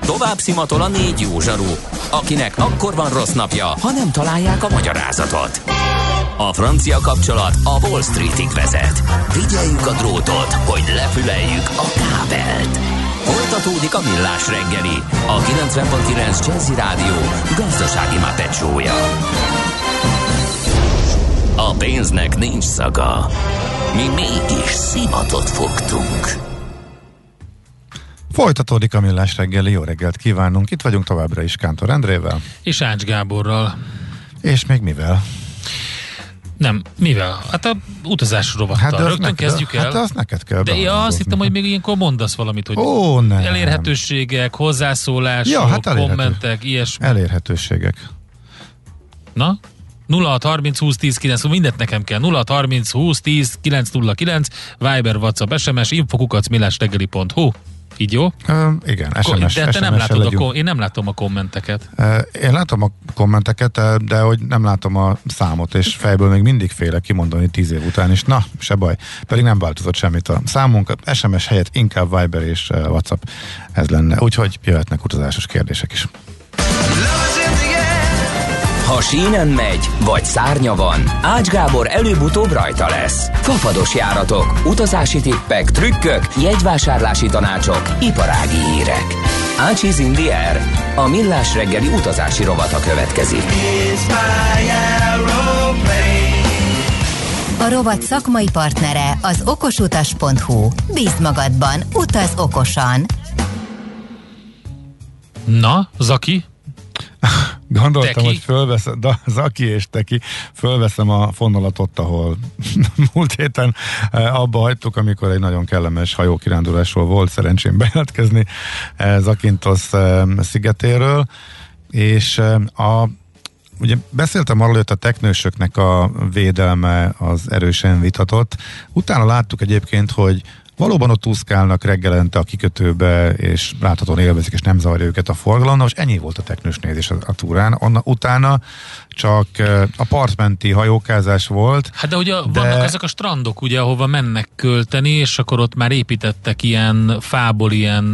Tovább szimatol a 4 jó zsaru, akinek akkor van rossz napja, ha nem találják a magyarázatot. A francia kapcsolat a Wall Streetig vezet. Figyeljük a drótot, hogy lefüleljük a kábelt. Folytatódik a Millás reggeli, a 90.9 Jazzy Rádió gazdasági mápecsója. A pénznek nincs szaga. Mi mégis szimatot fogtunk. Folytatódik a Millás reggeli, jó reggelt kívánunk. Itt vagyunk továbbra is Kántor Endrével. És Ács Gáborral. És még mivel? Nem, mivel? Hát a utazás rovattal. Hát rögtön kezdjük el. Hát azt neked kell. De én azt hittem, hogy még ilyenkor mondasz valamit, hogy elérhetőségek, hozzászólások, ja, hát kommentek, ilyesmi. Elérhetőségek. Na? 0630 20 10 9, mindent nekem kell. 0630 20 10 909, Viber, WhatsApp, SMS, info@millásreggeli.hu. Így jó? Igen, SMS. De te nem látod én nem látom a kommenteket. Én látom a kommenteket, de hogy nem látom a számot, és fejből még mindig félek kimondani 10 év után is. Na, se baj. Pedig nem változott semmit a számunk. SMS helyett inkább Viber és WhatsApp ez lenne. Úgyhogy jöhetnek utazásos kérdések is. Ha sínen megy, vagy szárnya van, Ács Gábor előbb-utóbb rajta lesz. Fafados járatok, utazási tippek, trükkök, jegyvásárlási tanácsok, iparági hírek. Ácsiz in the air. A Millás reggeli utazási rovata következik. A rovat szakmai partnere az okosutas.hu. Bízd magadban, utaz okosan. Na, Zaki? Gondoltam, Teki? hogy fölveszem, Zaki és Teki, fölveszem a fonalat ott, ahol múlt héten abba hagytuk, amikor egy nagyon kellemes hajókirándulásról volt szerencsém bejelentkezni Zakynthos szigetéről, és ugye beszéltem arról, hogy a teknősöknek a védelme az erősen vitatott. Utána láttuk egyébként, hogy valóban ott úszkálnak reggelente a kikötőbe, és láthatóan élvezik, és nem zavarja őket a forgalom. Most ennyi volt a teknős nézés a túrán. Utána csak a partmenti hajókázás volt. Hát de ugye vannak ezek a strandok, ugye, ahova mennek költeni, és akkor ott már építettek ilyen fából ilyen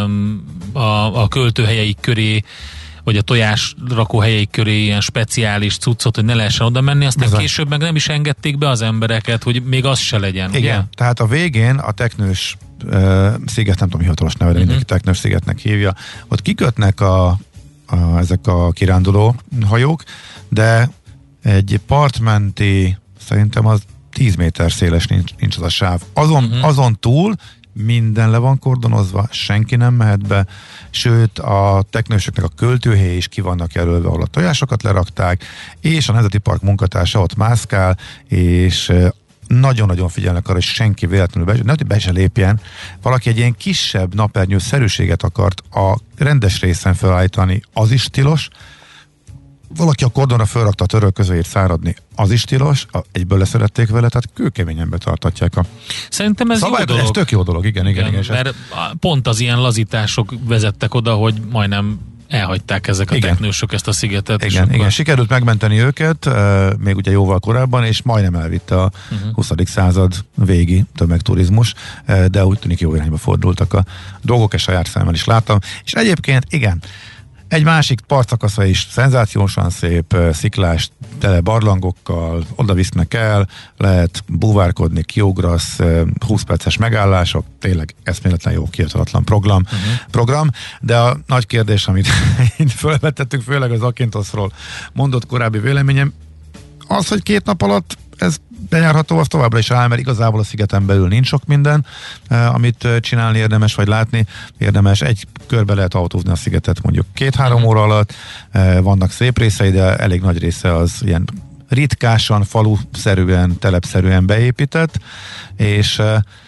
a költőhelyeik köré, vagy a tojásrakó helyeik köré ilyen speciális cuccot, hogy ne lehessen oda menni, aztán később meg nem is engedték be az embereket, hogy még az se legyen. Igen, ugye? Tehát a végén a teknős sziget, nem tudom, hivatalos neve, de mindenki teknős szigetnek hívja, ott kikötnek ezek a kiránduló hajók, de egy partmenti, szerintem az 10 méter széles nincs az a sáv. Azon túl minden le van kordonozva, senki nem mehet be, sőt a teknősöknek a költőhelye is ki vannak jelölve, ahol a tojásokat lerakták, és a Nemzeti Park munkatársa ott mászkál, és nagyon-nagyon figyelnek arra, hogy senki véletlenül be se lépjen. Valaki egy ilyen kisebb napernyő-szerűséget akart a rendes részen felállítani, az is tilos. Valaki a kordonra felrakta a törölközőjét száradni, az is tilos, egyből leszerették vele, tehát kőkeményen betartatják a Szerintem ez jó dolog. Ez tök jó dolog, igen. Mert pont az ilyen lazítások vezettek oda, hogy majdnem elhagyták ezek a teknősök ezt a szigetet. Igen, sikerült megmenteni őket, még ugye jóval korábban, és majdnem elvitte a 20. század végi tömegturizmus, de úgy tűnik jó irányba fordultak a dolgok, és saját szemmel is láttam. És egyébként, igen, egy másik partszakasza is szenzációsan szép, sziklás, tele barlangokkal, oda visznek el, lehet buvárkodni, kiugrasz, 20 perces megállások, tényleg eszméletlen jó, kiirtatatlan program, de a nagy kérdés, amit felvetettük, főleg az Zakynthosról mondott korábbi véleményem, az, hogy 2 nap alatt ez bejárható, az továbbra is áll, mert igazából a szigeten belül nincs sok minden, amit csinálni érdemes, vagy látni érdemes. Egy körbe lehet autózni a szigetet mondjuk 2-3 óra alatt, vannak szép részei, de elég nagy része az ilyen ritkásan, faluszerűen, telepszerűen beépített, és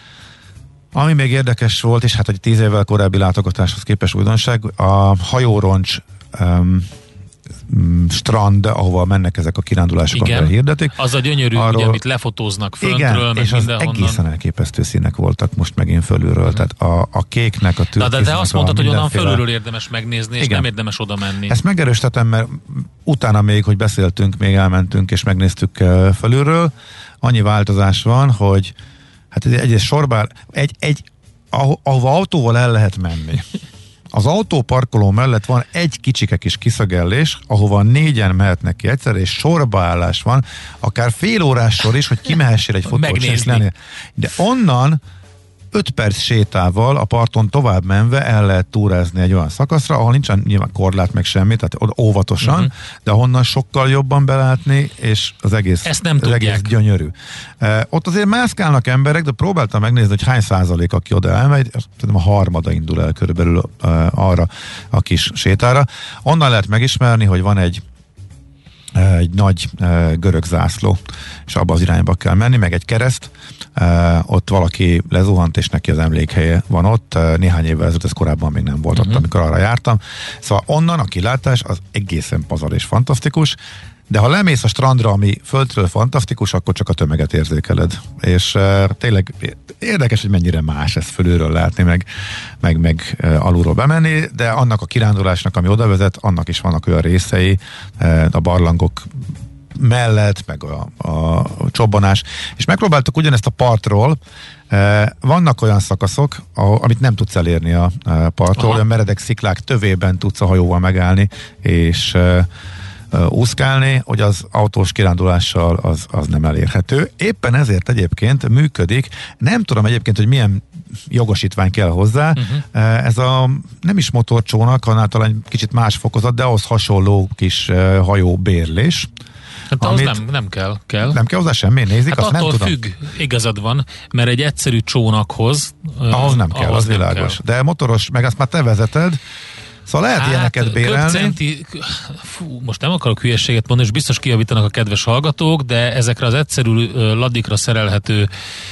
ami még érdekes volt, és hát hogy 10 évvel korábbi látogatáshoz képest újdonság, a hajóroncs strand, ahova mennek ezek a kirándulások, amire hirdetik. Az a gyönyörű, ugye, amit lefotóznak föntről, meg és az egészen elképesztő színek voltak most megint fölülről, tehát a kéknek, a türkisznek. De azt mondtad, hogy onnan fölülről érdemes megnézni, és nem érdemes oda menni. Ezt megerősítettem, mert utána még, hogy beszéltünk, még elmentünk és megnéztük fölülről, annyi változás van, hogy hát egy sorbár, ahova autóval el lehet menni. Az autóparkoló mellett van egy kicsike kis kiszögellés, ahova 4-en mehetnek ki egyszer, és sorbaállás van, akár fél órás sor is, hogy kimehessél egy fotót csinálni. De onnan 5 perc sétával a parton tovább menve el lehet túrázni egy olyan szakaszra, ahol nincsen nyilván korlát meg semmi, tehát óvatosan, de honnan sokkal jobban belátni, és az egész, egész gyönyörű. Ott azért mászkálnak emberek, de próbáltam megnézni, hogy hány százalék, aki oda elmegy, tudom, a harmada indul el körülbelül arra a kis sétára. Onnan lehet megismerni, hogy van egy nagy görög zászló, és abba az irányba kell menni, meg egy kereszt, ott valaki lezuhant, és neki az emlékhelye van ott, néhány évvel ezelőtt, ez korábban még nem volt ott, amikor arra jártam. Szóval onnan a kilátás az egészen pazar és fantasztikus, de ha lemész a strandra, ami földről fantasztikus, akkor csak a tömeget érzékeled. És tényleg érdekes, hogy mennyire más ezt fölülről látni, meg alulról bemenni, de annak a kirándulásnak, ami oda vezet, annak is vannak olyan részei, a barlangok mellett, meg a csobbanás. És megpróbáltuk ugyanezt a partról, vannak olyan szakaszok, amit nem tudsz elérni a partról, olyan meredek sziklák tövében tudsz a hajóval megállni, és úszkálni, hogy az autós kirándulással az nem elérhető. Éppen ezért egyébként működik, nem tudom egyébként, hogy milyen jogosítvány kell hozzá, ez a nem is motorcsónak, hanem talán kicsit más fokozat, de ahhoz hasonló kis hajó bérlés. Hát ahhoz nem kell. Nem kell hozzá semmi, nézik, hát azt nem tudom. függ, igazad van, mert egy egyszerű csónakhoz ahhoz nem kell, az világos. Kell. De motoros, meg azt már te vezeted, szóval lehet ilyeneket bérelni. Most nem akarok hülyeséget mondani, és biztos kijavítanak a kedves hallgatók, de ezekre az egyszerű ladikra szerelhető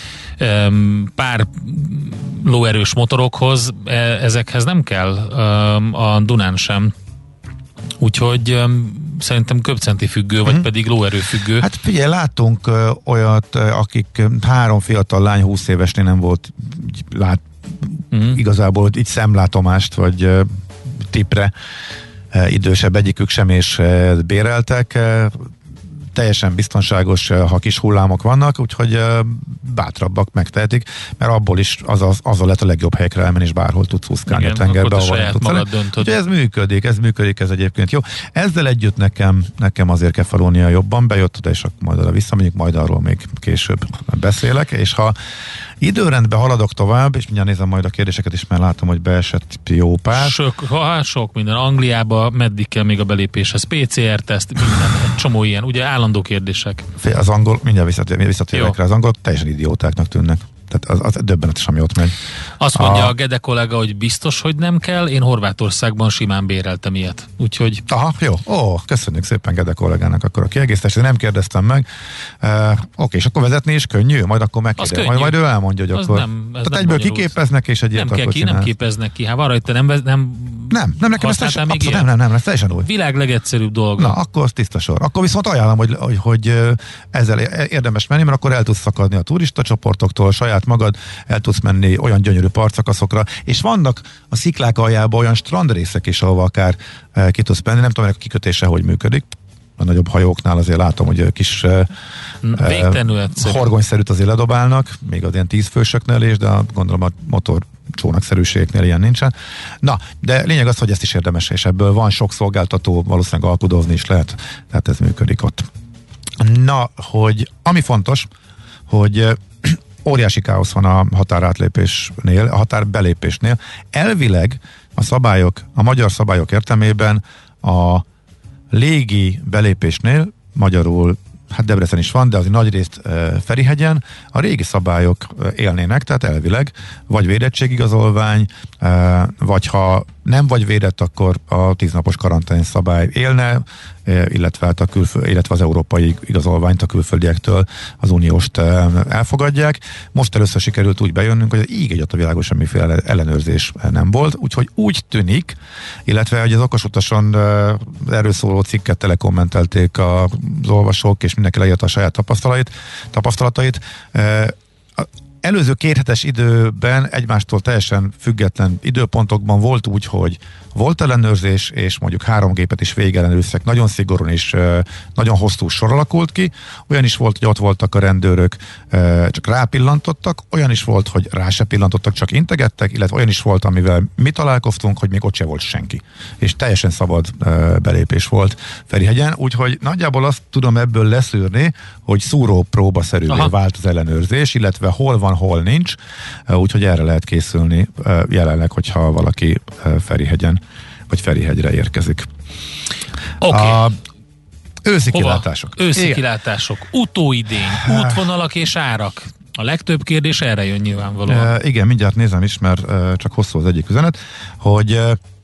pár lóerős motorokhoz ezekhez nem kell a Dunán sem. Úgyhogy szerintem köbcenti függő, vagy pedig lóerő függő. Hát figyelj, láttunk olyat, akik 3 fiatal lány 20 évesnél nem volt igazából így szemlátomást, vagy tipre idősebb egyikük sem, és béreltek. Teljesen biztonságos, ha kis hullámok vannak, úgyhogy bátrabbak megtehetik, mert abból is az lett a legjobb helyekre elmenni, és bárhol tudsz úszkálni a tengerbe, ahol nem tudsz. Ez működik, ez egyébként jó. Ezzel együtt nekem azért Kefalónia jobban bejött oda, és majd oda visszamegyünk, majd arról még később beszélek, és ha időrendben haladok tovább, és mindjárt nézem majd a kérdéseket is, mert látom, hogy beesett jó pár. Sok minden. Angliába meddig kell még a belépéshez? PCR-teszt, minden, egy csomó ilyen, ugye állandó kérdések. Az angol, mindjárt visszatérek rá, az angol teljesen idiótáknak tűnnek. Tehát az döbbenetes, ami ott megy. Azt mondja a Gede kollega, hogy biztos, hogy nem kell. Én Horvátországban simán béreltem ilyet. Úgyhogy... Aha, jó. Köszönjük szépen Gede kollégának akkor a kiegészítést. Nem kérdeztem meg. Oké, és akkor vezetni is könnyű? Majd akkor megkérdez. Majd ő elmondja, hogy akkor... Tehát egyből kiképeznek, és egy ilyet akkor csinálsz. Nem képeznek ki. Hát van rajta, nem nekem ez teljesen teljesen új. Világ legegyszerűbb dolga. Na, akkor az tiszta sor. Akkor viszont ajánlom, hogy ezzel érdemes menni, mert akkor el tudsz szakadni a turista csoportoktól, saját magad el tudsz menni olyan gyönyörű partszakaszokra, és vannak a sziklák aljában olyan strandrészek is, ahova akár ki tudsz menni. Nem tudom, hogy a kikötése hogy működik. A nagyobb hajóknál azért látom, hogy kis horgonyszerűt azért ledobálnak, még az ilyen 10 fősöknél is, de gondolom a motor csónakszerűségeknél ilyen nincsen. Na, de lényeg az, hogy ezt is érdemes, és ebből van sok szolgáltató, valószínűleg alkudozni is lehet, tehát ez működik ott. Na, hogy ami fontos, hogy óriási káosz van a határátlépésnél, a határbelépésnél. Elvileg a magyar szabályok értelmében a légi belépésnél, magyarul hát Debrecen is van, de azért nagy részt Ferihegyen a régi szabályok élnének, tehát elvileg vagy védettségigazolvány, vagy ha nem vagy védett, akkor a 10 napos karantén szabály élne, illetve az európai igazolványt a külföldiektől az unióst elfogadják. Most először sikerült úgy bejönnünk, hogy így egy a világos semmiféle ellenőrzés nem volt, úgyhogy úgy tűnik, illetve hogy az okosutason erről szóló cikket telekommentelték az olvasók, és mindenki leírta a saját tapasztalatait. előző 2 hetes időben egymástól teljesen független időpontokban volt úgy, hogy volt ellenőrzés, és mondjuk 3 gépet is végellenőrztek, nagyon szigorúan és nagyon hosszú sor alakult ki. Olyan is volt, hogy ott voltak a rendőrök, csak rápillantottak, olyan is volt, hogy rá se pillantottak, csak integettek, illetve olyan is volt, amivel mi találkoztunk, hogy még ott se volt senki. És teljesen szabad belépés volt Ferihegyen, úgyhogy nagyjából azt tudom ebből leszűrni, hogy szúró próbaszerűvé vált az ellenőrzés, illetve hol van, hol nincs, úgyhogy erre lehet készülni jelenleg, hogyha valaki Ferihegyen vagy Ferihegyre érkezik. Oké. Őszi kilátások. Őszi kilátások, utóidény, útvonalak és árak. A legtöbb kérdés erre jön nyilvánvalóan. Igen, mindjárt nézem is, mert csak hosszú az egyik üzenet, hogy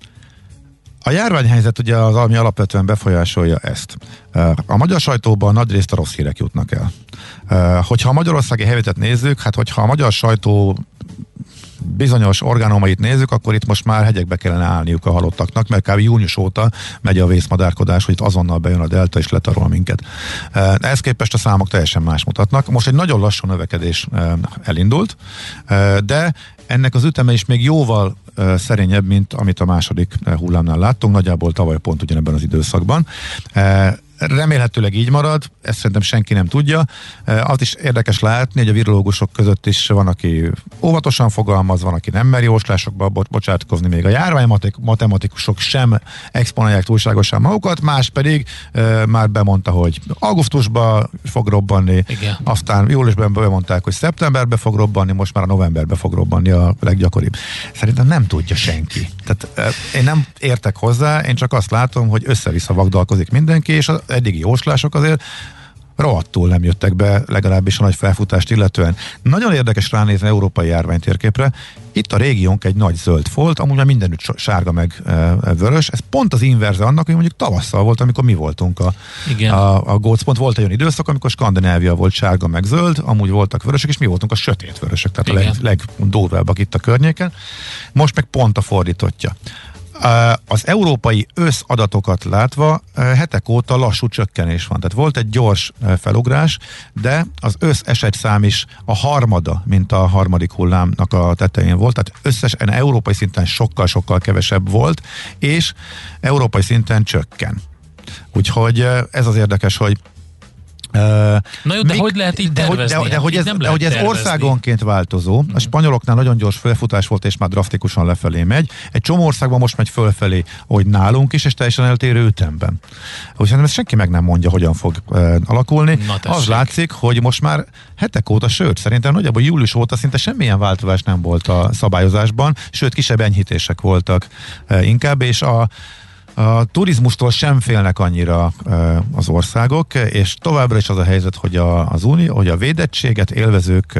a járványhelyzet ugye az, ami alapvetően befolyásolja ezt. A magyar sajtóban nagyrészt a rossz hírek jutnak el. Hogyha a magyarországi helyzetet nézzük, hát hogyha a magyar sajtó bizonyos orgánumait nézzük, akkor itt most már hegyekbe kellene állniuk a halottaknak, mert kb. Június óta megy a vészmadárkodás, hogy itt azonnal bejön a delta és letarol minket. Ehhez képest a számok teljesen más mutatnak. Most egy nagyon lassú növekedés elindult, de ennek az üteme is még jóval szerényebb, mint amit a második hullámnál láttunk, nagyjából tavaly pont ugyanebben az időszakban. Remélhetőleg így marad, ezt szerintem senki nem tudja. Azt is érdekes látni, hogy a virológusok között is van, aki óvatosan fogalmaz, van, aki nem meri jóslásokba bocsátkozni, még a járványmatematikusok sem exponálják túlságosan magukat, más pedig már bemondta, hogy augusztusban fog robbanni, igen. Aztán júliusban bemondták, hogy szeptemberben fog robbanni, most már a novemberben fog robbanni a leggyakoribb. Szerintem nem tudja senki. Tehát én nem értek hozzá, én csak azt látom, hogy össze-vissza vagdalkozik mindenki, és az eddigi jóslások azért rohadtul nem jöttek be, legalábbis a nagy felfutást illetően. Nagyon érdekes ránézni európai járványtérképre. Itt a régiónk egy nagy zöld folt, amúgy már mindenütt sárga meg vörös. Ez pont az inverze annak, hogy mondjuk tavasszal volt, amikor mi voltunk a gócpont. Volt egy olyan időszak, amikor Skandinávia volt sárga meg zöld, amúgy voltak vörösök, és mi voltunk a sötét vörösök, tehát a legdurvábbak itt a környéken. Most meg pont a fordítottja. Az európai összadatokat látva hetek óta lassú csökkenés van. Tehát volt egy gyors felugrás, de az összesetszám is a harmada, mint a harmadik hullámnak a tetején volt. Tehát összesen európai szinten sokkal-sokkal kevesebb volt, és európai szinten csökken. Úgyhogy ez az érdekes, hogy na jó, de hogy lehet így tervezni? De hogy ez országonként változó. A spanyoloknál nagyon gyors felfutás volt, és már drasztikusan lefelé megy. Egy csomó országban most megy fölfelé, hogy nálunk is, és teljesen eltérő ütemben. Úgyhogy ezt senki meg nem mondja, hogyan fog alakulni. Az látszik, hogy most már hetek óta, sőt, szerintem nagyjából július óta szinte semmilyen változás nem volt a szabályozásban, sőt, kisebb enyhítések voltak inkább, és a turizmustól sem félnek annyira az országok, és továbbra is az a helyzet, hogy az Unió, hogy a védettséget élvezők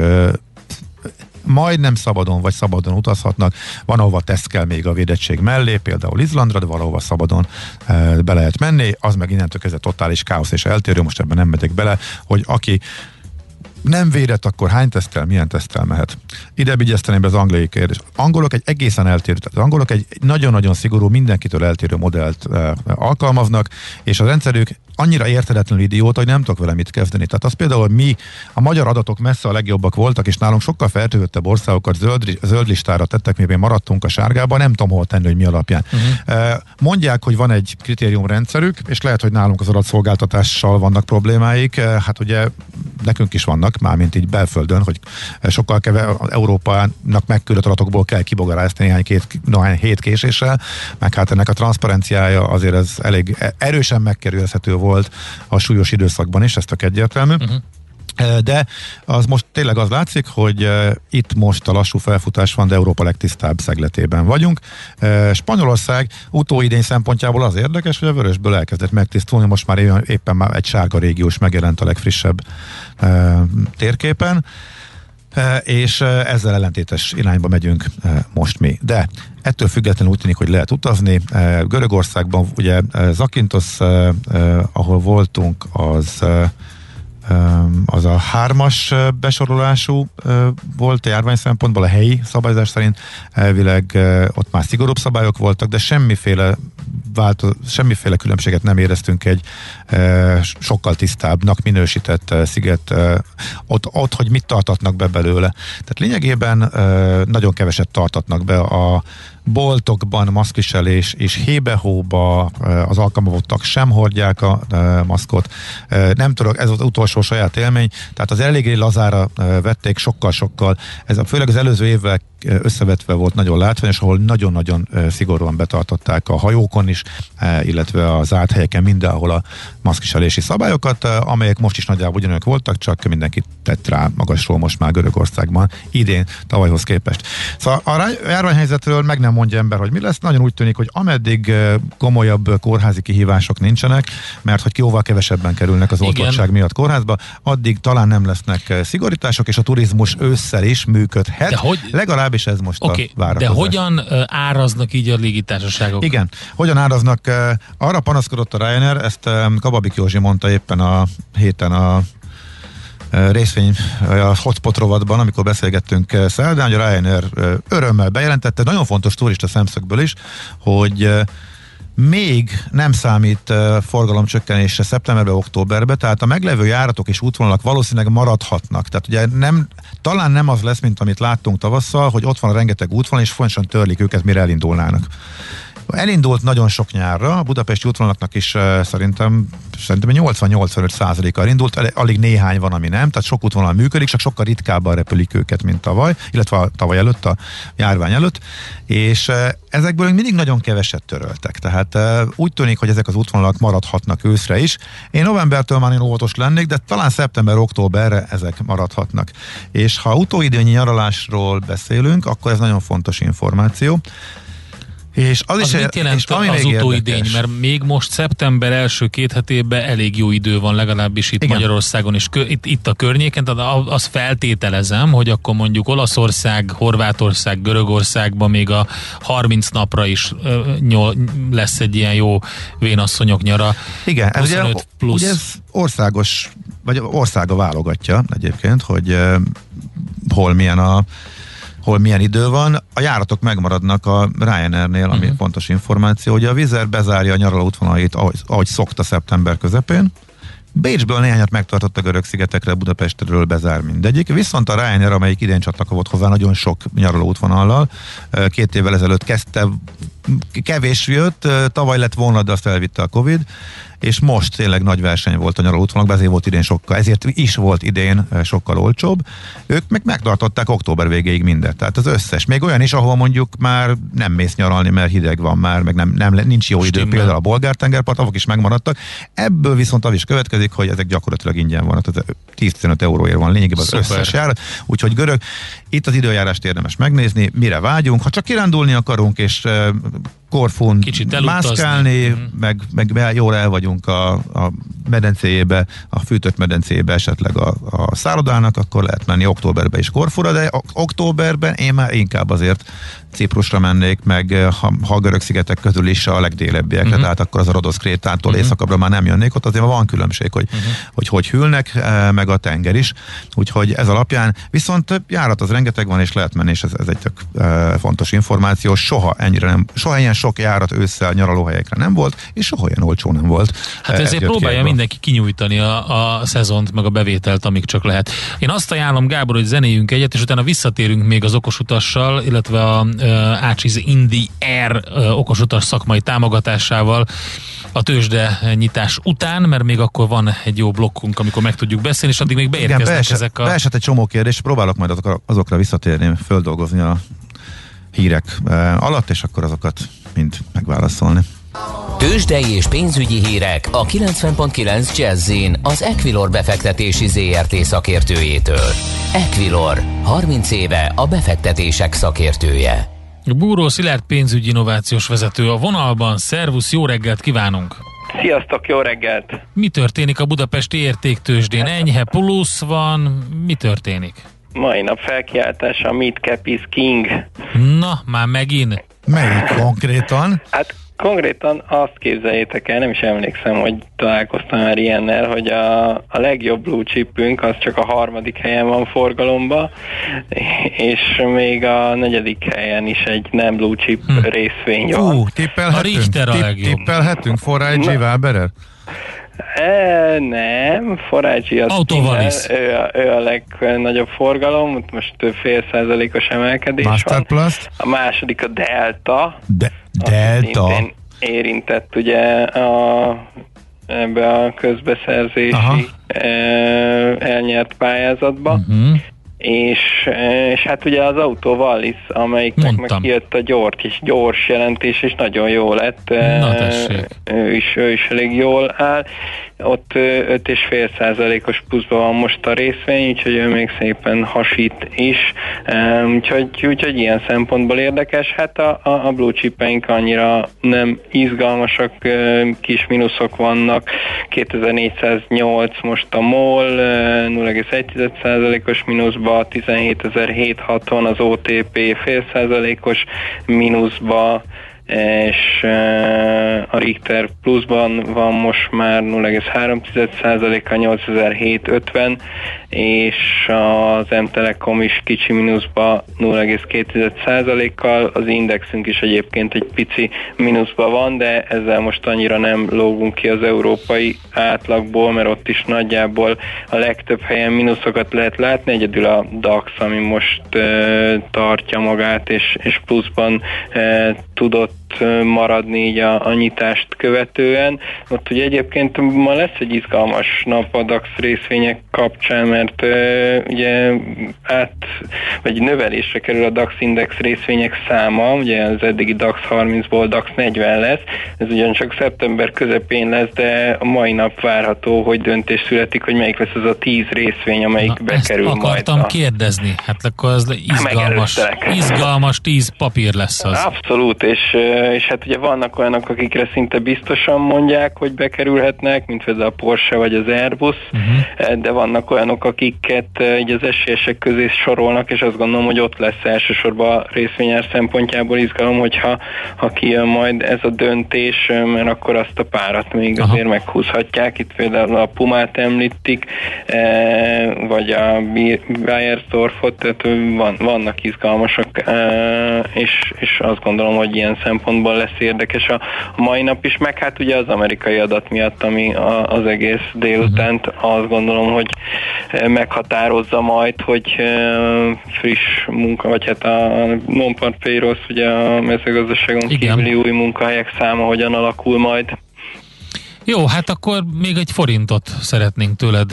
majdnem szabadon vagy szabadon utazhatnak. Van, ahova teszt kell még a védettség mellé, például Izlandra, de valahova szabadon be lehet menni. Az meg innentől kezdve totális káosz és eltérő, most ebben nem megyek bele, hogy aki nem védett, akkor hány teszttel, milyen teszttel mehet. Ide vigyezteném be az angliai kérdés. Angolok egy egészen eltérő, tehát az angolok egy nagyon-nagyon szigorú, mindenkitől eltérő modellt alkalmaznak, és a rendszerük annyira érthetetlenül idióta, hogy nem tudok vele mit kezdeni. Tehát az például, hogy mi, a magyar adatok messze a legjobbak voltak, és nálunk sokkal fertőzöttebb országokat zöld listára tettek, mivel maradtunk a sárgában, nem tudom hol tenni, hogy mi alapján. Mondják, hogy van egy kritériumrendszerük, és lehet, hogy nálunk az adatszolgáltatással vannak problémáik. Hát ugye nekünk is vannak, mármint így belföldön, hogy sokkal Európának megküldött adatokból kell kibogarászni néhány hét késéssel, meg hát ennek a transzparenciája azért ez elég erősen megkerülhető volt a súlyos időszakban is, ez tök egyértelmű. De az most tényleg az látszik, hogy itt most a lassú felfutás van, de Európa legtisztább szegletében vagyunk. Spanyolország utóidény szempontjából az érdekes, hogy a vörösből elkezdett megtisztulni, most már éppen már egy sárga régiós megjelent a legfrissebb térképen, és ezzel ellentétes irányba megyünk most mi. De ettől függetlenül úgy tűnik, hogy lehet utazni. Görögországban ugye Zakynthos, ahol voltunk, az a 3-as besorolású volt a járvány szempontból, a helyi szabályozás szerint elvileg ott már szigorúbb szabályok voltak, de semmiféle semmiféle különbséget nem éreztünk egy sokkal tisztábbnak minősített sziget ott, hogy mit tartatnak be belőle. Tehát lényegében nagyon keveset tartatnak be a boltokban maszkviselés és hébe-hóba az alkalmazottak sem hordják a maszkot. Nem tudok, ez az utolsó saját élmény, tehát az eléggé lazára vették sokkal-sokkal. Ez főleg az előző évvel összevetve volt nagyon látványos, ahol nagyon-nagyon szigorúan betartották a hajókon is, illetve az zárt helyeken mindenhol a maszkviselési szabályokat, amelyek most is nagyjából ugyanolyanok voltak, csak mindenki tett rá magasról most már Görögországban idén, tavalyhoz képest. Szóval a járványhelyzetről meg nem mondja ember, hogy mi lesz. Nagyon úgy tűnik, hogy ameddig komolyabb kórházi kihívások nincsenek, mert hogy jóval kevesebben kerülnek az oltottság miatt kórházba, addig talán nem lesznek szigorítások, és a turizmus ősszel is működhet. Legalábbis ez most a várakozás. De hogyan áraznak így a légitársaságok? Igen, hogyan áraznak? Arra panaszkodott a Ryanair, ezt Kababik Józsi mondta éppen a héten a részvény a hotspot rovatban, amikor beszélgettünk szerdán, hogy a Ryanair örömmel bejelentette, nagyon fontos turista szemszögből is, hogy még nem számít forgalomcsökkenésre szeptemberbe, októberbe, tehát a meglevő járatok és útvonalak valószínűleg maradhatnak. Tehát ugye talán nem az lesz, mint amit láttunk tavasszal, hogy ott van a rengeteg útvonal, és folyamatosan törlik őket, mire elindulnának. Elindult nagyon sok nyárra, a budapesti útvonalaknak is szerintem 80-85%-kal indult, alig néhány van, ami nem, tehát sok útvonal működik, csak sokkal ritkábban repülik őket, mint tavaly, illetve a tavaly előtt, a járvány előtt, és ezekből mindig nagyon keveset töröltek, tehát úgy tűnik, hogy ezek az útvonalak maradhatnak őszre is. Én novembertől már óvatos lennék, de talán szeptember-októberre ezek maradhatnak. És ha utóidőnyi nyaralásról beszélünk, akkor ez nagyon fontos információ. És az is, mit jelent és ami az utóidény? Mert még most szeptember első 2 hetében elég jó idő van, legalábbis itt Magyarországon és itt a környéken, tehát azt feltételezem, hogy akkor mondjuk Olaszország, Horvátország, Görögországban még a 30 napra is lesz egy ilyen jó vénasszonyok nyara. Igen, ez ugye ez országos, vagy országa válogatja egyébként, hogy hol milyen idő van. A járatok megmaradnak a Ryanairnél, ami fontos információ, hogy a Wizz Air bezárja a nyaraló útvonalait, ahogy szokta szeptember közepén. Bécsből néhányat megtartott a Görög-szigetekre, Budapestről bezár mindegyik. Viszont a Ryanair, amelyik idén csatlakozott hozzá nagyon sok nyaraló útvonallal, 2 évvel ezelőtt kezdte, kevés jött, tavaly lett volna, de azt elvitte a Covid, és most tényleg nagy verseny volt a nyaraló útvonalakban, ezért is volt idén sokkal olcsóbb. Ők meg megtartották október végéig mindent, tehát az összes. Még olyan is, ahol mondjuk már nem mész nyaralni, mert hideg van már, meg nincs jó idő, például a Bolgár-tengerpart, avok is megmaradtak. Ebből viszont az is következik, hogy ezek gyakorlatilag ingyen van, tehát 10-15 euróért van lényegében az összes járat. Úgyhogy görög, itt az időjárást érdemes megnézni, mire vágyunk. Ha csak kirándulni akarunk, és Korfun mászkálni, meg jól el vagyunk a medencéjébe, a fűtött medencéjébe esetleg a szállodának, akkor lehet menni októberbe is Korfura, de októberben én már inkább azért Ciprusra mennék, meg ha a Görög-szigetek közül is a legdélebbiekre, tehát akkor az a Rodosz Krétától északabbra már nem jönnék, ott azért van különbség, hogy hülnek, meg a tenger is, úgyhogy ez alapján, viszont járat az rengeteg van, és lehet menni, és ez egy tök fontos információ, soha ilyen sok járat ősszel nyaralóhelyekre nem volt, és soha ilyen olcsó nem volt. Hát ezért próbálja mindenki kinyújtani a szezont, meg a bevételt, amíg csak lehet. Én azt ajánlom, Gábor, hogy zenéljünk egyet, és utána visszatérünk még az okosutassal, illetve a Ácsiz Indi Air okosutas szakmai támogatásával a tőzsde nyitás után, mert még akkor van egy jó blokkunk, amikor meg tudjuk beszélni, és addig még beérkeznek ezek a... Beesett egy csomó kérdés, próbálok majd azokra visszatérni, földolgozni a hírek alatt, és akkor azokat mind megválaszolni. Tőzsdei és pénzügyi hírek a 90.9 Jazz-in az Equilor befektetési ZRT szakértőjétől. Equilor, 30 éve a befektetések szakértője. Búró Szilárd pénzügyi innovációs vezető a vonalban. Szervusz, jó reggelt kívánunk! Sziasztok, jó reggelt! Mi történik a budapesti értéktőzsdén? Enyhe plusz van, mi történik? Mai nap felkiáltása, a Mid Cap is King. Na, már megint? Melyik konkrétan? Hát konkrétan azt képzeljétek el, nem is emlékszem, hogy találkoztam már ilyennel, hogy a legjobb blue chipünk az csak a 3. helyen van forgalomba, és még a 4. helyen is egy nem blue chip részvény van. Tippelhetünk 4IG Waberer? Nem, 4IG az ő a legnagyobb forgalom, most 0,5%-os emelkedés van. A második a Delta. Delta? Érintett ugye ebbe a közbeszerzési elnyert pályázatba. És hát ugye az Auto Wallis, amelyiknek meg kijött a gyors jelentés, és nagyon jó lett. Ő is elég jól áll. Ott 5,5%-os pluszban van most a részvény, úgyhogy ő még szépen hasít is. Úgyhogy ilyen szempontból érdekes. Hát a blue chipeink annyira nem izgalmasak, kis mínuszok vannak. 2408 most a MOL, 0,1%-os mínuszba, 17.760 az OTP 0,5%-os mínuszba, és a Richter pluszban van most már 0,3%-a 8750, és az M-Telekom is kicsi mínuszba 0,2%-kal, az indexünk is egyébként egy pici mínuszba van, de ezzel most annyira nem lógunk ki az európai átlagból, mert ott is nagyjából a legtöbb helyen mínuszokat lehet látni, egyedül a DAX, ami most tartja magát, és pluszban tudott maradni így a nyitást követően. Ott ugye egyébként ma lesz egy izgalmas nap a DAX részvények kapcsán, mert ugye vagy növelésre kerül a DAX index részvények száma, ugye az eddigi DAX 30-ból DAX 40 lesz, ez ugyancsak szeptember közepén lesz, de a mai nap várható, hogy döntés születik, hogy melyik lesz az a 10 részvény, amelyik bekerül majd. Ezt akartam kérdezni, hát akkor az izgalmas 10 papír lesz az. Abszolút, és hát ugye vannak olyanok, akikre szinte biztosan mondják, hogy bekerülhetnek, mint például a Porsche vagy az Airbus, de vannak olyanok, akiket így az esélyesek közé sorolnak, és azt gondolom, hogy ott lesz elsősorban a részvényár szempontjából izgalom, hogyha kijön majd ez a döntés, mert akkor azt a párat még azért meghúzhatják. Itt például a Pumát említik, vagy a Beiersdorfot, tehát vannak izgalmasak, és azt gondolom, hogy ilyen szempontból lesz érdekes a mai nap is, meg hát ugye az amerikai adat miatt, ami az egész délutánt azt gondolom, hogy meghatározza majd, hogy friss munka, vagy hát a non-farm payrolls, ugye a mezőgazdaságon kívüli új munkahelyek száma hogyan alakul majd. Jó, hát akkor még egy forintot szeretnénk tőled.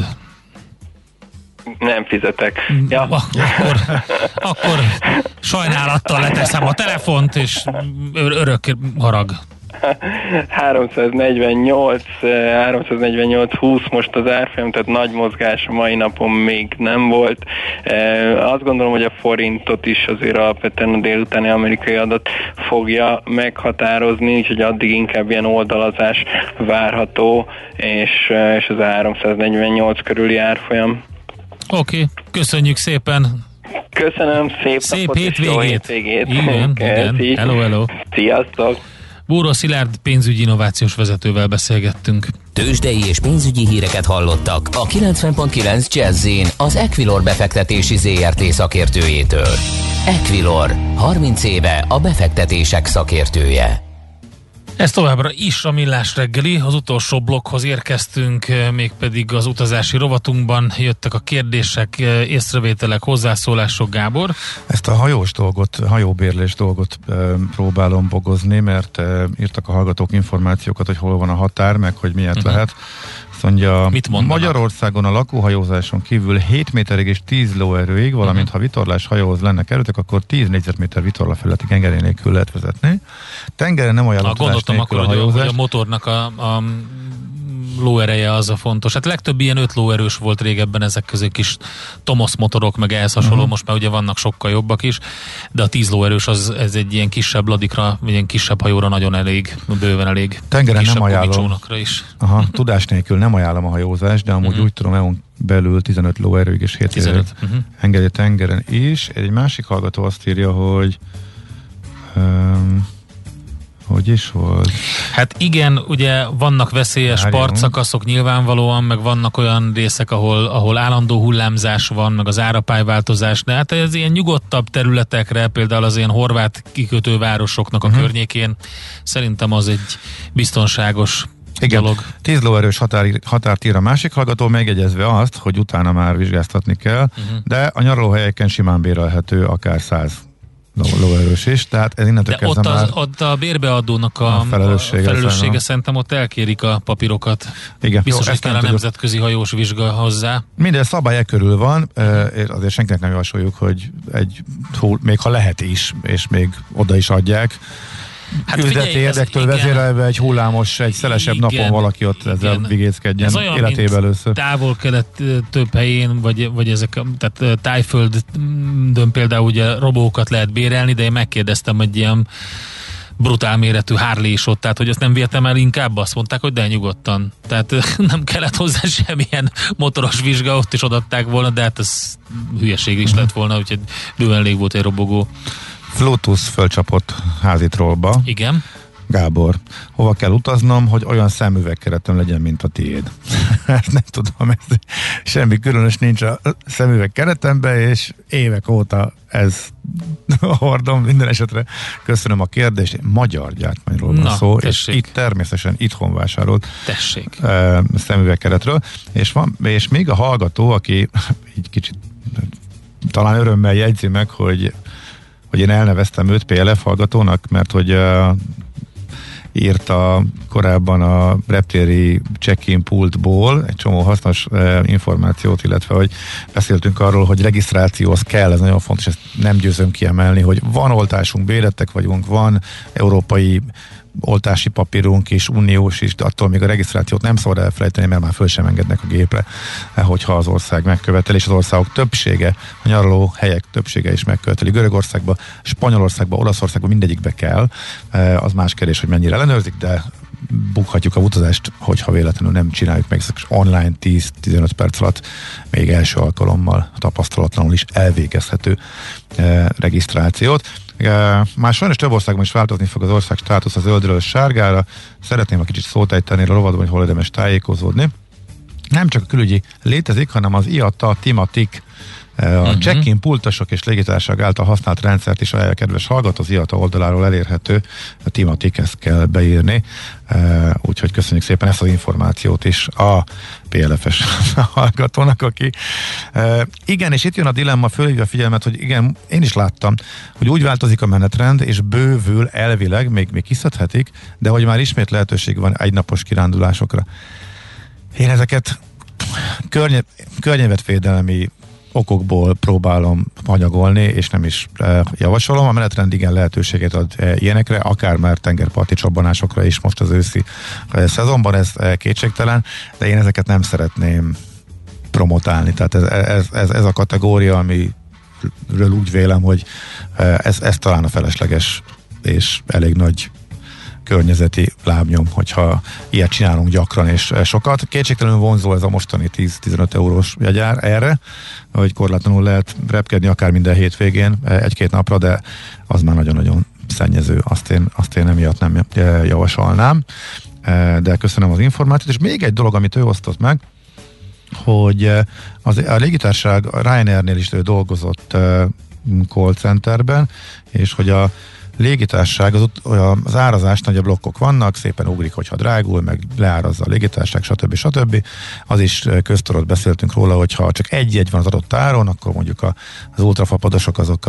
Nem fizetek. Ja. Akkor sajnálattal leteszem a telefont, és örök harag. 348-20 most az árfolyam, tehát nagy mozgás a mai napon még nem volt. Azt gondolom, hogy a forintot is azért alapvetően a délutáni amerikai adat fogja meghatározni, úgyhogy addig inkább ilyen oldalazás várható, és az 348 körüli árfolyam. Oké, köszönjük szépen! Köszönöm, szép hétvégét! Igen. Hello. Sziasztok! Búró Szilárd pénzügyi innovációs vezetővel beszélgettünk. Tőzsdei és pénzügyi híreket hallottak a 90.9 Jazz-in az Equilor befektetési ZRT szakértőjétől. Equilor, 30 éve a befektetések szakértője. Ez továbbra is a Millás reggeli, az utolsó blokkhoz érkeztünk, mégpedig az utazási rovatunkban jöttek a kérdések, észrevételek, hozzászólások. Gábor? Ezt a hajóbérlés dolgot próbálom bogozni, mert írtak a hallgatók információkat, hogy hol van a határ, meg hogy miért lehet. Azt mondja, Magyarországon a lakóhajózáson kívül 7 méterig és 10 lóerőig, valamint ha vitorlás hajóhoz lenne kerültek, akkor 10 négyzetméter vitorla feletti engedély nélkül lehet vezetni. Tengeren nem ajánlott tudás nélkül a hajózás. Hogy a motornak a lóereje az a fontos. Hát legtöbb ilyen 5 lóerős volt régebben, ezek közé kis Tomos motorok, meg ehhez hasonló, most már ugye vannak sokkal jobbak is, de a 10 lóerős ez egy ilyen kisebb ladikra, vagy ilyen kisebb hajóra nagyon elég, bőven elég. Tengeren nem ajánlom. Is. Tudás nélkül nem ajánlom a hajózást, de amúgy úgy tudom, EU-n belül 15 lóerőig és 7 engedély tengeren is. Egy másik hallgató azt írja, hogy Hogy is volt? Hát igen, ugye vannak veszélyes partszakaszok nyilvánvalóan, meg vannak olyan részek, ahol állandó hullámzás van, meg az árapályváltozás, de hát ez ilyen nyugodtabb területekre, például az ilyen horvát kikötővárosoknak a környékén szerintem az egy biztonságos dolog. 10 lóerős határt ír a másik hallgató, megjegyezve azt, hogy utána már vizsgáztatni kell, de a nyaralóhelyeken simán bérelhető akár 100 lóerős is, tehát ez innentől kezdve már... ott a bérbeadónak a felelőssége szerintem ott elkérik a papírokat. Igen. Biztos, hogy kell a nemzetközi hajós vizsga hozzá. Minden szabály körül van, azért senkinek nem javasoljuk, hogy még ha lehet is, és még oda is adják. Hát üzleti érdektől vezérelve egy hullámos, egy szelesebb napon valaki ott ezzel vigéckedjen életében először. Távol-kelet több helyén, vagy ezek, tehát Tájföldön például ugye robókat lehet bérelni, de én megkérdeztem egy ilyen brutál méretű Harley is ott, tehát hogy azt nem véltem el, inkább azt mondták, hogy de nyugodtan. Tehát nem kellett hozzá semmilyen motoros vizsga, ott is odaadták volna, de hát ez hülyeség is lett volna, úgyhogy bőven elég volt egy robogó. Bluetooth fölcsapott házi trollba. Igen. Gábor, hova kell utaznom, hogy olyan szemüvegkeretem legyen, mint a tiéd? Nem tudom, semmi különös nincs a szemüvegkeretemben, és évek óta ez hordom. Minden esetre köszönöm a kérdést. Magyar gyártmányról van szó, tessék. És itt természetesen itthon vásárolt szemüvegkeretről. És még a hallgató, aki így kicsit talán örömmel jegyzi meg, hogy én elneveztem őt PLF hallgatónak, mert hogy írta korábban a reptéri check-in pultból egy csomó hasznos információt, illetve hogy beszéltünk arról, hogy regisztrációhoz kell, ez nagyon fontos, ezt nem győzöm kiemelni, hogy van oltásunk, bérettek vagyunk, van európai oltási papírunk is, uniós is, de attól még a regisztrációt nem szabad elfelejteni, mert már föl sem engednek a gépre, hogyha az ország megkövetel, és az országok többsége, a nyaraló helyek többsége is megköveteli. Görögországba, Spanyolországba, Olaszországba mindegyikbe kell. Az más kérdés, hogy mennyire ellenőrzik, de bukhatjuk a utazást, hogyha véletlenül nem csináljuk meg, online 10-15 perc alatt még első alkalommal tapasztalatlanul is elvégezhető regisztrációt. Már sajnos több országban is változni fog az ország státusz a zöldről sárgára. Szeretném a kicsit szót ejteni a rovatban, hogy hol érdemes tájékozódni. Nem csak a külügyi létezik, hanem az IATA Timatic, a check-in pultosok és légitársaság által használt rendszert is ajánlja, kedves hallgató, az IATA oldaláról elérhető, a Timatic, ezt kell beírni. Úgyhogy köszönjük szépen ezt az információt is a PLF-es hallgatónak, aki igen, és itt jön a dilemma, fölhívja a figyelmet, hogy igen, én is láttam, hogy úgy változik a menetrend, és bővül elvileg, még kiszedhetik, de hogy már ismét lehetőség van egynapos kirándulásokra. Én ezeket környezetvédelmi okokból próbálom anyagolni, és nem is javasolom. A menetrend igen lehetőséget ad ilyenekre, akár már tengerparti csobbanásokra is most az őszi szezonban, ez kétségtelen, de én ezeket nem szeretném promotálni. Tehát ez a kategória, amiről úgy vélem, hogy ez talán a felesleges és elég nagy környezeti lábnyom, hogyha ilyet csinálunk gyakran és sokat. Kétségtelenül vonzó ez a mostani 10-15 eurós jegyár erre, hogy korlátlanul lehet repkedni akár minden hétvégén egy-két napra, de az már nagyon-nagyon szennyező. Azt én emiatt nem javasolnám, de köszönöm az információt. És még egy dolog, amit ő osztott meg, hogy a légitársaság Ryanairnél is ő dolgozott call centerben, és hogy a légitársaság, az árazás nagyobb blokkok vannak, szépen ugrik, hogyha drágul, meg leárazza a légitársaság, stb. Az is köztudott, beszéltünk róla, hogyha csak egy jegy van az adott áron, akkor mondjuk az ultrafapadosok azok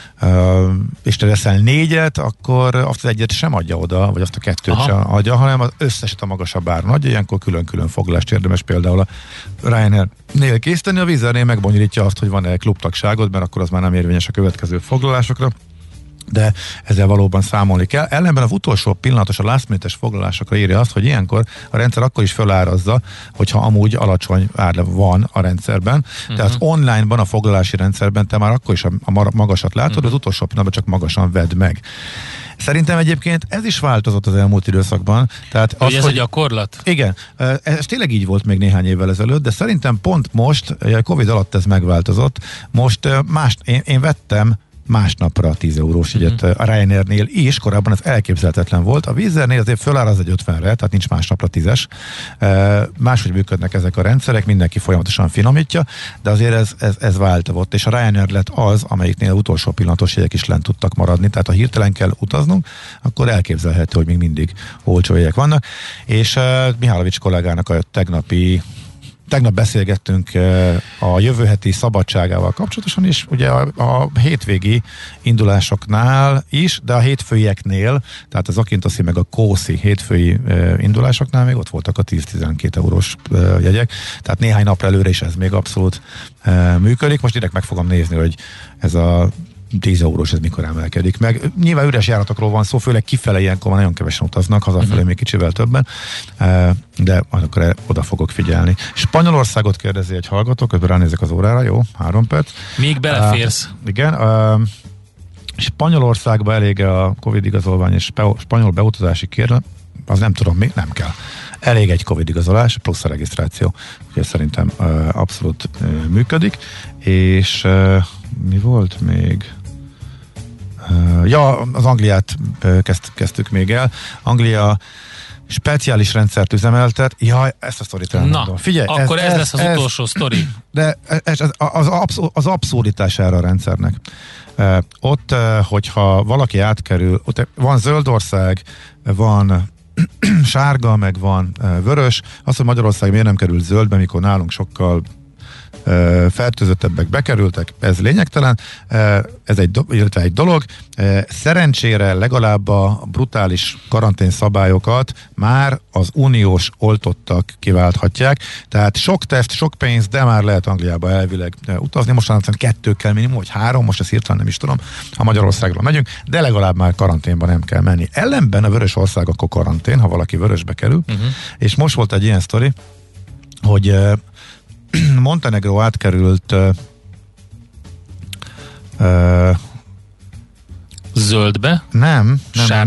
és te veszel 4-et, akkor azt az egyet sem adja oda, vagy azt a 2-t sem adja, hanem az összeset a magasabb áron adja, ilyenkor külön-külön foglalást érdemes például a Ryanair-nél készíteni, a Wizz Airnél megbonyolítja azt, hogy van-e klubtagságod, mert akkor az már nem érvényes a következő foglalásokra, de ezzel valóban számolni kell. Ellenben az utolsó pillanatos, a last minute-es foglalásokra írja azt, hogy ilyenkor a rendszer akkor is fölárazza, hogyha amúgy alacsony ár van a rendszerben. Tehát online-ban, a foglalási rendszerben te már akkor is a magasat látod, az utolsó pillanatban csak magasan vedd meg. Szerintem egyébként ez is változott az elmúlt időszakban. Tehát az, ez a gyakorlat? Igen, ez tényleg így volt még néhány évvel ezelőtt, de szerintem pont most, a Covid alatt ez megváltozott. Most én vettem másnapra 10 eurós jegyet a Ryanairnél is, korábban ez elképzelhetetlen volt. A Wizz Airnél azért föláll az egy 50-re, tehát nincs másnapra 10-es. Máshogy működnek ezek a rendszerek, mindenki folyamatosan finomítja, de azért ez változott, és a Ryanair lett az, amelyiknél utolsó pillanatos jegyek is lent tudtak maradni, tehát ha hirtelen kell utaznunk, akkor elképzelhető, hogy még mindig olcsó jegyek vannak, és Mihálovics kollégának a tegnap beszélgettünk a jövő heti szabadságával kapcsolatosan is, ugye a hétvégi indulásoknál is, de a hétfőieknél, tehát az Akintoszi meg a Kószi hétfői indulásoknál még ott voltak a 10-12 eurós jegyek, tehát néhány napra előre is ez még abszolút működik. Most direkt meg fogom nézni, hogy ez a 10 eurós, ez mikor emelkedik meg. Nyilván üres járatokról van szó, főleg kifele ilyenkor már nagyon kevesen utaznak, hazafelé még kicsivel többen, de akkor oda fogok figyelni. Spanyolországot kérdezi egy hallgató, közben ránézek az órára, jó, 3 perc. Még beleférsz. Igen, Spanyolországban elég a Covid igazolvány és spanyol beutazási kérelem, az nem tudom mi, nem kell. Elég egy Covid igazolás, plusz a regisztráció. Úgyhogy szerintem abszolút működik. És mi volt még? Az Angliát kezdtük még el. Anglia speciális rendszert üzemeltet. Jaj, ezt a sztorit elmondom. Figyelj, akkor ez lesz az utolsó sztori. De az abszurditására a rendszernek. Ott, hogyha valaki átkerül, ott van zöld ország, van sárga, meg van vörös. Az, hogy Magyarország miért nem került zöldbe, mikor nálunk sokkal fertőzöttebbek bekerültek, ez lényegtelen, ez egy dolog. Szerencsére legalább a brutális karanténszabályokat már az uniós oltottak kiválthatják, tehát sok teszt, sok pénz, de már lehet Angliába elvileg utazni, mostanában 2 kell minimum, vagy 3, most ezt hirtelen nem is tudom, ha Magyarországról megyünk, de legalább már karanténba nem kell menni. Ellenben a vörös ország akkor karantén, ha valaki vörösbe kerül, és most volt egy ilyen sztori, hogy Montenegro átkerült zöldbe? Nem.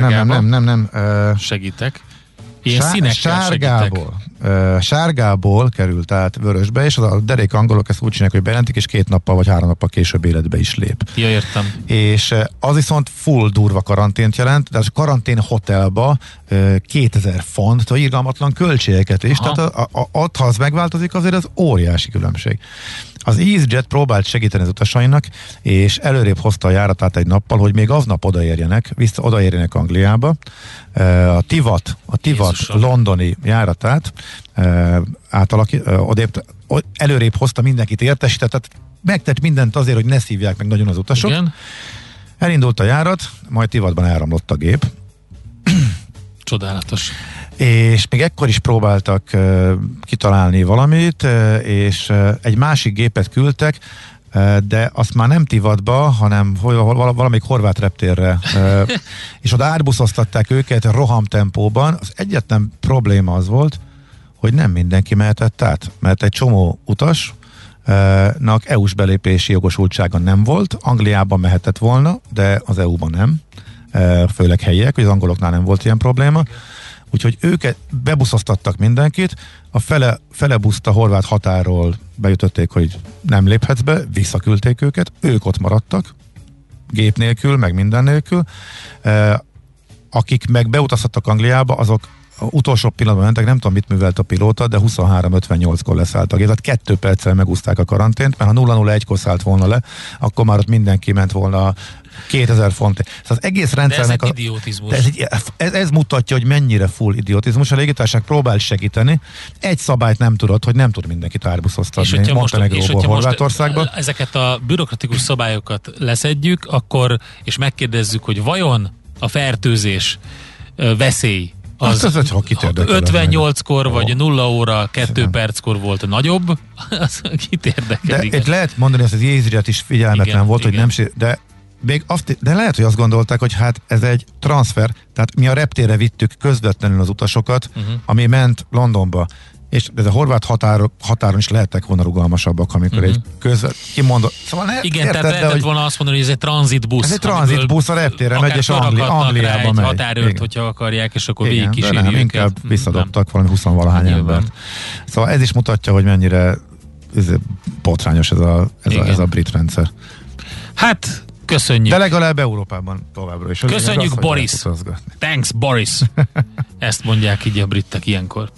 Segítek. Én színekkel segítek. Sárgából került át vörösbe, és a derék angolok ezt úgy csinálják, hogy bejelentik, és 2 nappal vagy 3 nappal később életbe is lép. Ja, értem. És az viszont full durva karantént jelent, de az karantén hotelba 2000 font, tehát irgalmatlan költségeket is, tehát ott, ha az megváltozik, azért az óriási különbség. Az EasyJet próbált segíteni az utasainak, és előrébb hozta a járatát egy nappal, hogy még aznap odaérjenek Angliába. A Tivat londoni járatát előrébb hozta, mindenkit értesített, tehát megtett mindent azért, hogy ne szívják meg nagyon az utasok. Igen. Elindult a járat, majd Tivatban elromlott a gép. Csodálatos. És még ekkor is próbáltak kitalálni valamit, és egy másik gépet küldtek, de azt már nem Tivatba, hanem valamelyik horvát reptérre, és oda átbuszoztatták őket rohamtempóban. Az egyetlen probléma az volt, hogy nem mindenki mehetett át, mert egy csomó utasnak EU-s belépési jogosultsága nem volt, Angliában mehetett volna, de az EU-ban nem, főleg helyiek, hogy az angoloknál nem volt ilyen probléma. Úgyhogy őket bebuszoztattak mindenkit, a fele buszt a horvát határól beütötték, hogy nem léphetsz be, visszaküldték őket, ők ott maradtak, gép nélkül, meg minden nélkül. Akik meg beutazhattak Angliába, azok utolsó pillanatban mentek, nem tudom, mit művelt a pilóta, de 23:58-kor leszállt a gép, tehát 2 perccel megúszták a karantént, mert ha 0:01-kor szállt volna le, akkor már ott mindenki ment volna 2000 font. Szóval az egész rendszernek... De ez egy idiotizmus. Ez mutatja, hogy mennyire full idiotizmus. A légitársaság próbál segíteni. Egy szabályt nem tudod, hogy nem tud mindenkit árbuszoztatni Montenegróból Horvátországba. Ezeket a bürokratikus szabályokat leszedjük, akkor és megkérdezzük, hogy vajon a fertőzés veszély az 58-kor vagy 0 óra 2 perckor volt nagyobb, az kit érdekedik. De lehet mondani, hogy az EasyJet is figyelmetlen volt, hogy nem, de lehet, hogy azt gondolták, hogy hát ez egy transfer, tehát mi a reptérre vittük közvetlenül az utasokat, ami ment Londonba, és ez a horvát határon is lehettek volna rugalmasabbak, amikor egy kimondott... Szóval igen, tehát lehetett volna azt mondani, hogy ez egy tranzitbusz. Ez egy tranzitbusz, a reptérre megy, és Angliába megy. Határőrt, hogyha akarják, és akkor végig kíséri őket. Inkább visszadobtak valami 20-valahány embert. Szóval ez is mutatja, hogy mennyire potrányos ez a brit rendszer. Hát, Köszönjük. De legalább Európában továbbra is. Köszönjük, Boris. Thanks, Boris. Ezt mondják így a britek ilyenkor.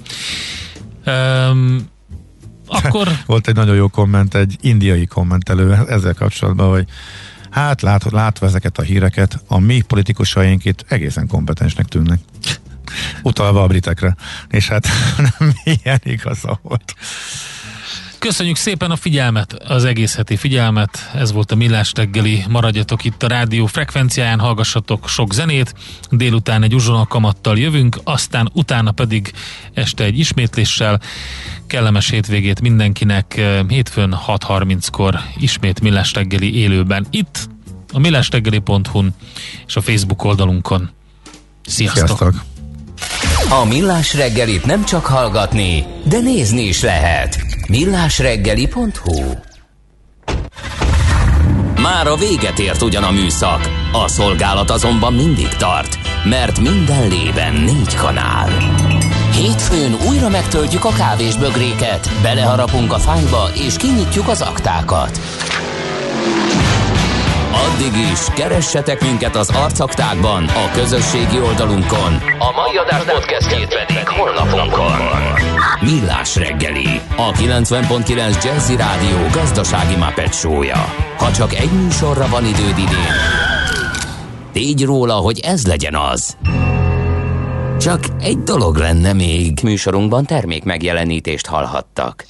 Akkor... Volt egy nagyon jó komment, egy indiai kommentelő ezzel kapcsolatban, hogy hát látva ezeket a híreket, a mi politikusaink itt egészen kompetensnek tűnnek. Utalva a britekre. És hát nem ilyen igaza volt. Köszönjük szépen a figyelmet, az egész heti figyelmet. Ez volt a Millás reggeli. Maradjatok itt a rádió frekvenciáján, hallgassatok sok zenét. Délután egy uzsonakamattal jövünk, aztán utána pedig este egy ismétléssel. Kellemes hétvégét mindenkinek. Hétfőn 6:30-kor ismét Millás reggeli élőben. Itt a millásreggeli.hu-n és a Facebook oldalunkon. Sziasztok! A Millás reggelit nem csak hallgatni, de nézni is lehet. millásreggeli.hu. Már a véget ért ugyan a műszak, a szolgálat azonban mindig tart, mert minden lében 4 kanál. Hétfőn újra megtöltjük a kávésbögréket, beleharapunk a fányba és kinyitjuk az aktákat. Addig is keressetek minket az arcaktákban, a közösségi oldalunkon, a mai adás podcastjét pedig honlapunkon. Millás reggeli, a 90.9 Jazzy Rádió gazdasági Muppet show-ja. Ha csak egy műsorra van időd idén, tégy róla, hogy ez legyen az. Csak egy dolog lenne még. Műsorunkban termék megjelenítést hallhattak.